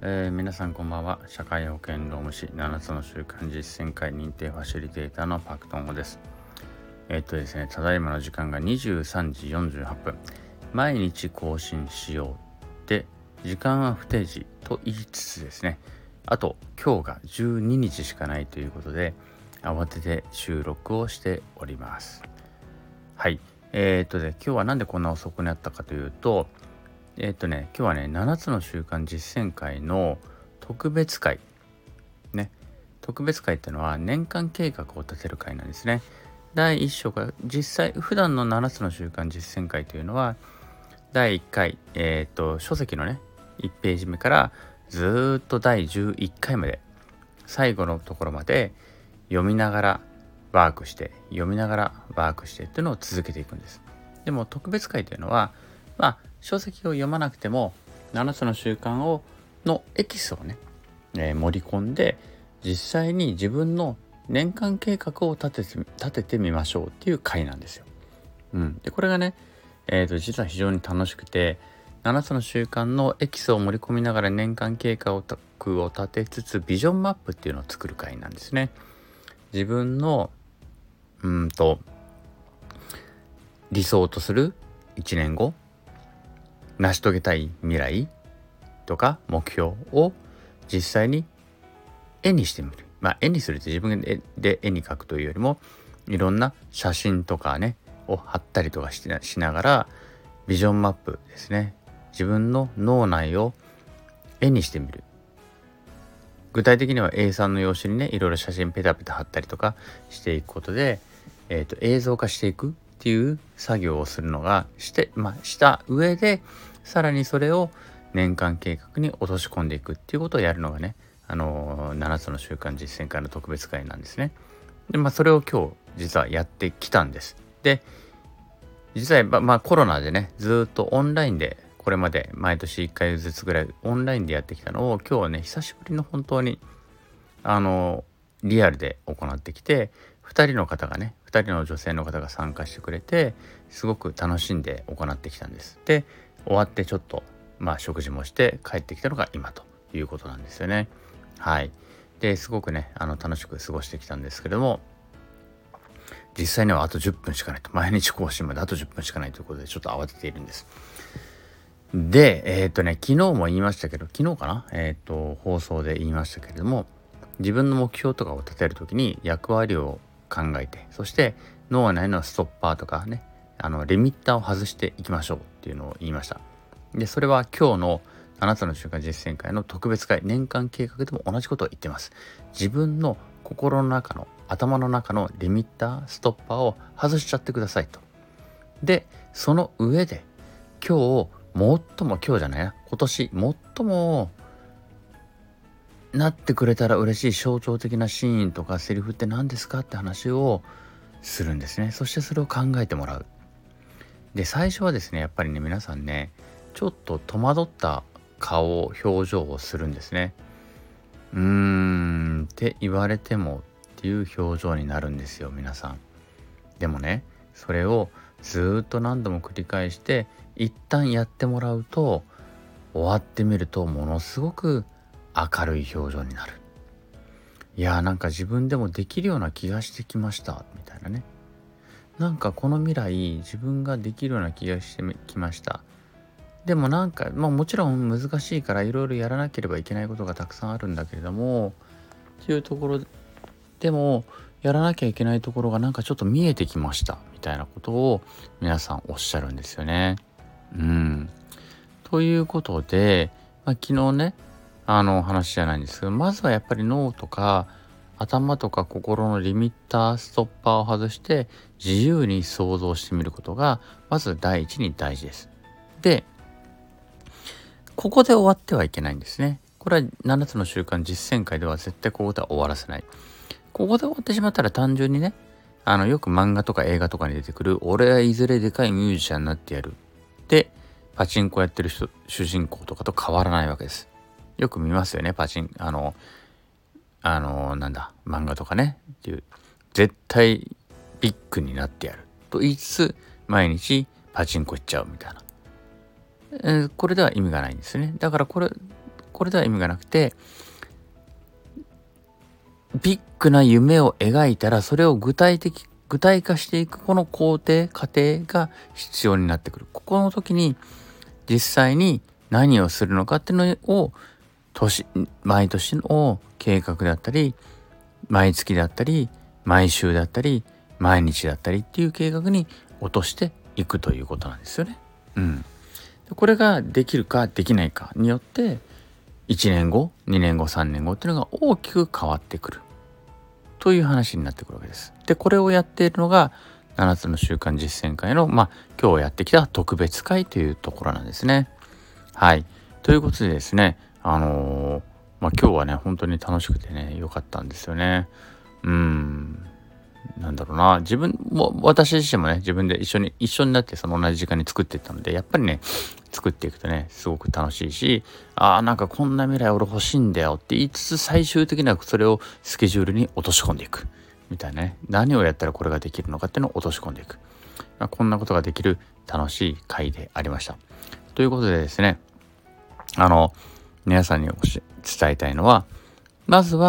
皆さんこんばんは。社会保険労務士7つの習慣実践会認定ファシリテーターのパクトンゴです。ですね、ただいまの時間が23時48分。毎日更新しようで、時間は不定時と言いつつですね、あと今日が12日しかないということで、慌てて収録をしております。はい。今日はなんでこんな遅くなったかというと、今日はね、7つの習慣実践会の特別会。ね。特別会っていうのは年間計画を立てる会なんですね。第1章が実際、普段の7つの習慣実践会というのは、第1回、書籍のね、1ページ目からずっと第11回まで、最後のところまで読みながらワークして、読みながらワークしてっていうのを続けていくんです。でも特別会というのは、書籍を読まなくても7つの習慣のエキスをね、盛り込んで実際に自分の年間計画を立ててみましょうっていう回なんですよ。でこれがね、実は非常に楽しくて、7つの習慣のエキスを盛り込みながら年間計画を立てつつビジョンマップっていうのを作る回なんですね。自分の理想とする1年後、成し遂げたい未来とか目標を実際に絵にしてみる。絵にするって自分で絵に描くというよりも、いろんな写真とかねを貼ったりとかしながら、ビジョンマップですね。自分の脳内を絵にしてみる。具体的には A3 の用紙にね、いろいろ写真ペタペタ貼ったりとかしていくことで、映像化していくっていう作業をするのがした上で、さらにそれを年間計画に落とし込んでいくっていうことをやるのがね、7つの習慣実践会の特別会なんですね。で、それを今日実はやってきたんです。で、実はコロナでね、ずっとオンラインでこれまで毎年1回ずつぐらいオンラインでやってきたのを、今日はね、久しぶりの本当にリアルで行ってきて、2人の女性の方が参加してくれて、すごく楽しんで行ってきたんです。で、終わってちょっと食事もして帰ってきたのが今ということなんですよね。はい。で、すごくね、楽しく過ごしてきたんですけれども、実際にはあと10分しかないと、毎日更新まであと10分しかないということで、ちょっと慌てているんです。で、昨日も言いましたけど、昨日かな、放送で言いましたけれども、自分の目標とかを立てるときに役割を考えて、そして脳内のストッパーとかね、リミッターを外していきましょうっていうのを言いました。で、それは今日の7つの習慣実践会の特別会、年間計画でも同じことを言ってます。自分の心の中の、頭の中のリミッター、ストッパーを外しちゃってくださいと。で、その上で、今年最もなってくれたら嬉しい象徴的なシーンとかセリフって何ですかって話をするんですね。そしてそれを考えてもらう。で、最初はですね、やっぱりね、皆さんね、ちょっと戸惑った表情をするんですね。って言われてもっていう表情になるんですよ、皆さん。でもね、それをずっと何度も繰り返して一旦やってもらうと、終わってみるとものすごく明るい表情になる。いやー、なんか自分でもできるような気がしてきましたみたいなね。なんかこの未来自分ができるような気がしてきました。でもなんかもちろん難しいからいろいろやらなければいけないことがたくさんあるんだけれども、っていうところでもやらなきゃいけないところがなんかちょっと見えてきましたみたいなことを皆さんおっしゃるんですよね。ということで、昨日ね、話じゃないんですけど、まずはやっぱり脳とか頭とか心のリミッター、ストッパーを外して自由に想像してみることがまず第一に大事です。で、ここで終わってはいけないんですね。これは7つの習慣実践会では絶対ここでは終わらせない。ここで終わってしまったら単純にね、よく漫画とか映画とかに出てくる、俺はいずれでかいミュージシャンになってやる。で、パチンコやってる主人公とかと変わらないわけです。よく見ますよね、漫画とかね。っていう、絶対ビッグになってやる。と言いつつ、毎日パチンコ行っちゃうみたいな。これでは意味がないんですね。だからここれでは意味がなくて、ビッグな夢を描いたらそれを具体化していくこの工程過程が必要になってくる。ここの時に実際に何をするのかっていうのを毎年の計画だったり、毎月だったり、毎週だったり、毎日だったりっていう計画に落としていくということなんですよね。これができるかできないかによって1年後、2年後、3年後っていうのが大きく変わってくるという話になってくるわけです。で、これをやっているのが7つの習慣実践会の今日やってきた特別会というところなんですね。はい。ということでですね、今日はね本当に楽しくてね良かったんですよね。なんだろうな、私自身もね自分で一緒になってその同じ時間に作っていったので、やっぱりね作っていくとねすごく楽しいし、なんかこんな未来俺欲しいんだよって言いつつ、最終的にはそれをスケジュールに落とし込んでいくみたいなね、何をやったらこれができるのかっていうのを落とし込んでいく、こんなことができる楽しい回でありました。ということでですね、皆さんに伝えたいのは、まず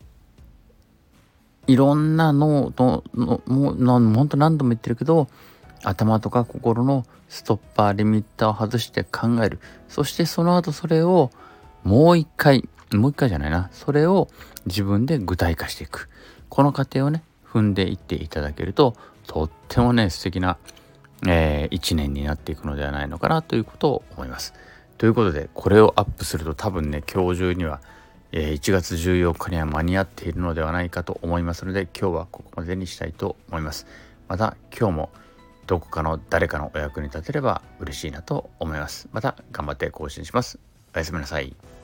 はいろんなもう本当何度も言ってるけど、頭とか心のストッパーリミッターを外して考える。そしてその後それをもう一回じゃないな、それを自分で具体化していく。この過程をね踏んでいっていただけると、とってもね素敵な、1年になっていくのではないのかなということを思います。ということで、これをアップすると多分ね今日中には1月14日には間に合っているのではないかと思いますので、今日はここまでにしたいと思います。また今日もどこかの誰かのお役に立てれば嬉しいなと思います。また頑張って更新します。おやすみなさい。